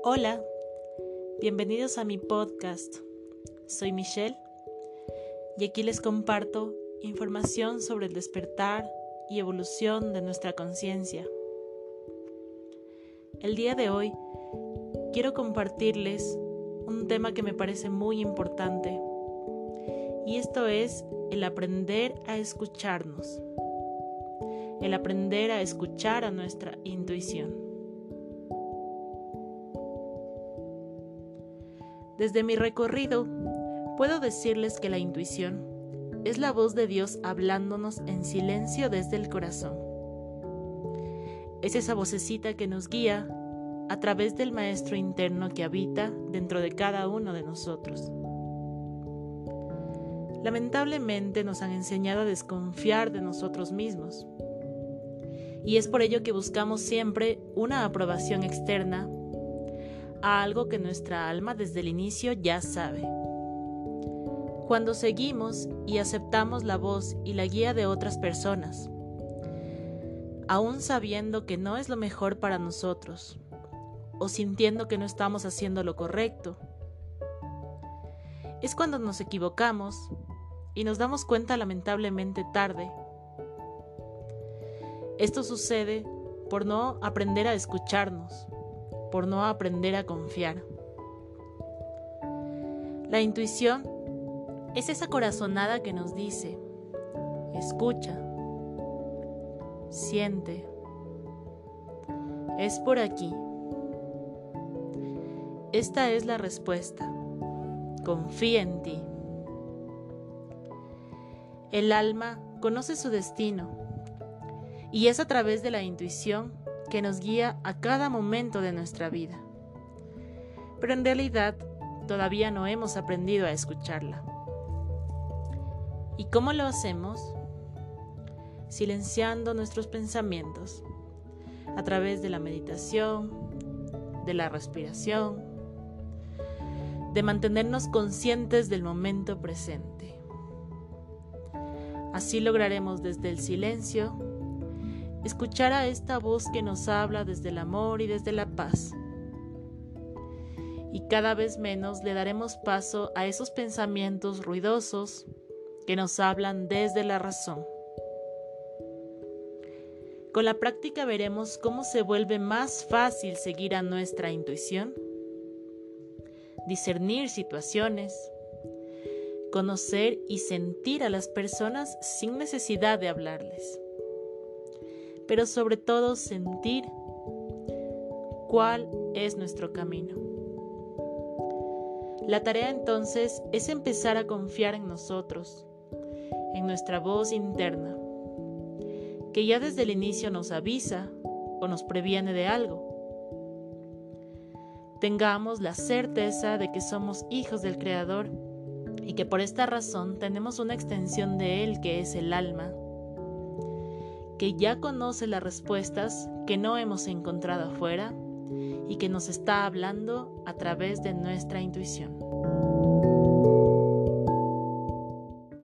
Hola, bienvenidos a mi podcast. Soy Michelle y aquí les comparto información sobre el despertar y evolución de nuestra conciencia. El día de hoy quiero compartirles un tema que me parece muy importante y esto es el aprender a escucharnos, el aprender a escuchar a nuestra intuición. Desde mi recorrido, puedo decirles que la intuición es la voz de Dios hablándonos en silencio desde el corazón. Es esa vocecita que nos guía a través del maestro interno que habita dentro de cada uno de nosotros. Lamentablemente nos han enseñado a desconfiar de nosotros mismos. Y es por ello que buscamos siempre una aprobación externa a algo que nuestra alma desde el inicio ya sabe. Cuando seguimos y aceptamos la voz y la guía de otras personas, aún sabiendo que no es lo mejor para nosotros, o sintiendo que no estamos haciendo lo correcto, es cuando nos equivocamos y nos damos cuenta lamentablemente tarde. Esto sucede por no aprender a escucharnos, por no aprender a confiar. La intuición es esa corazonada que nos dice: escucha, siente, es por aquí. Esta es la respuesta. Confía en ti. El alma conoce su destino y es a través de la intuición que nos guía a cada momento de nuestra vida. Pero en realidad todavía no hemos aprendido a escucharla. ¿Y cómo lo hacemos? Silenciando nuestros pensamientos a través de la meditación, de la respiración, de mantenernos conscientes del momento presente. Así lograremos desde el silencio escuchar a esta voz que nos habla desde el amor y desde la paz. Y cada vez menos le daremos paso a esos pensamientos ruidosos que nos hablan desde la razón. Con la práctica veremos cómo se vuelve más fácil seguir a nuestra intuición, discernir situaciones, conocer y sentir a las personas sin necesidad de hablarles. Pero sobre todo sentir cuál es nuestro camino. La tarea entonces es empezar a confiar en nosotros, en nuestra voz interna, que ya desde el inicio nos avisa o nos previene de algo. Tengamos la certeza de que somos hijos del Creador y que por esta razón tenemos una extensión de Él que es el alma, que ya conoce las respuestas que no hemos encontrado afuera y que nos está hablando a través de nuestra intuición.